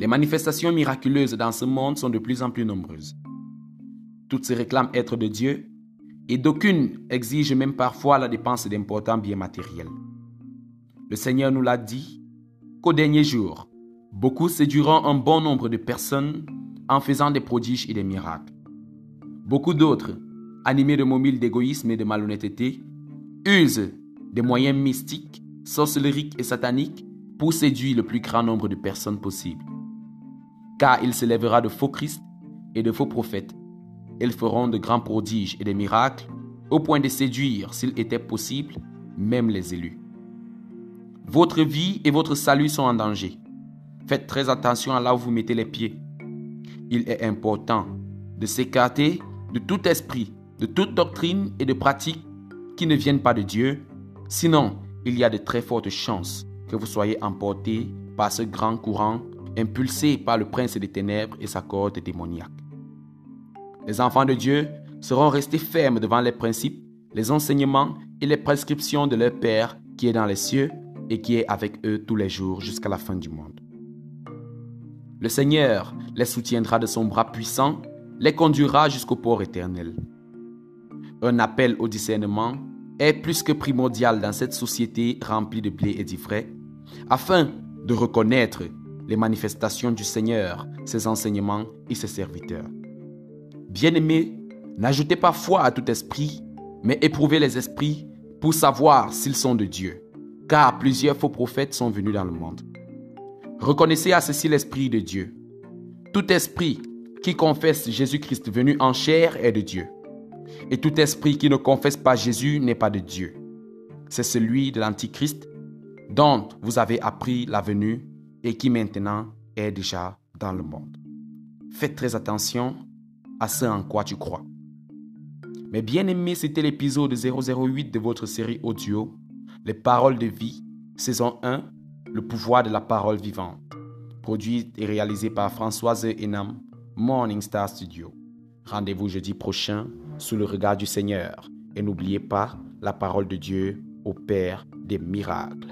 Les manifestations miraculeuses dans ce monde sont de plus en plus nombreuses. Toutes se réclament être de Dieu et d'aucunes exigent même parfois la dépense d'importants biens matériels. Le Seigneur nous l'a dit qu'au dernier jour, beaucoup séduiront un bon nombre de personnes en faisant des prodiges et des miracles. Beaucoup d'autres, animés de mobiles d'égoïsme et de malhonnêteté, usent des moyens mystiques, sorcelleriques et sataniques pour séduire le plus grand nombre de personnes possible. Car il s'élèvera de faux Christ et de faux prophètes. Ils feront de grands prodiges et des miracles au point de séduire, s'il était possible, même les élus. Votre vie et votre salut sont en danger. Faites très attention à là où vous mettez les pieds. Il est important de s'écarter de tout esprit, de toute doctrine et de pratique qui ne viennent pas de Dieu. Sinon, il y a de très fortes chances que vous soyez emportés par ce grand courant impulsé par le prince des ténèbres et sa cohorte démoniaque. Les enfants de Dieu seront restés fermes devant les principes, les enseignements et les prescriptions de leur Père qui est dans les cieux et qui est avec eux tous les jours jusqu'à la fin du monde. Le Seigneur les soutiendra de son bras puissant, les conduira jusqu'au port éternel. Un appel au discernement est plus que primordial dans cette société remplie de blé et d'ivraie, afin de reconnaître les manifestations du Seigneur, ses enseignements et ses serviteurs. Bien-aimés, n'ajoutez pas foi à tout esprit, mais éprouvez les esprits pour savoir s'ils sont de Dieu, car plusieurs faux prophètes sont venus dans le monde. Reconnaissez à ceci l'Esprit de Dieu. Tout esprit qui confesse Jésus-Christ venu en chair est de Dieu. Et tout esprit qui ne confesse pas Jésus n'est pas de Dieu. C'est celui de l'Antichrist dont vous avez appris la venue et qui maintenant est déjà dans le monde. Faites très attention à ce en quoi tu crois. Mes bien-aimés, c'était l'épisode 008 de votre série audio Les paroles de vie, saison 1, le pouvoir de la parole vivante, produite et réalisée par Françoise Enam, Morning Star Studio. Rendez-vous jeudi prochain sous le regard du Seigneur et n'oubliez pas, la parole de Dieu opère des miracles.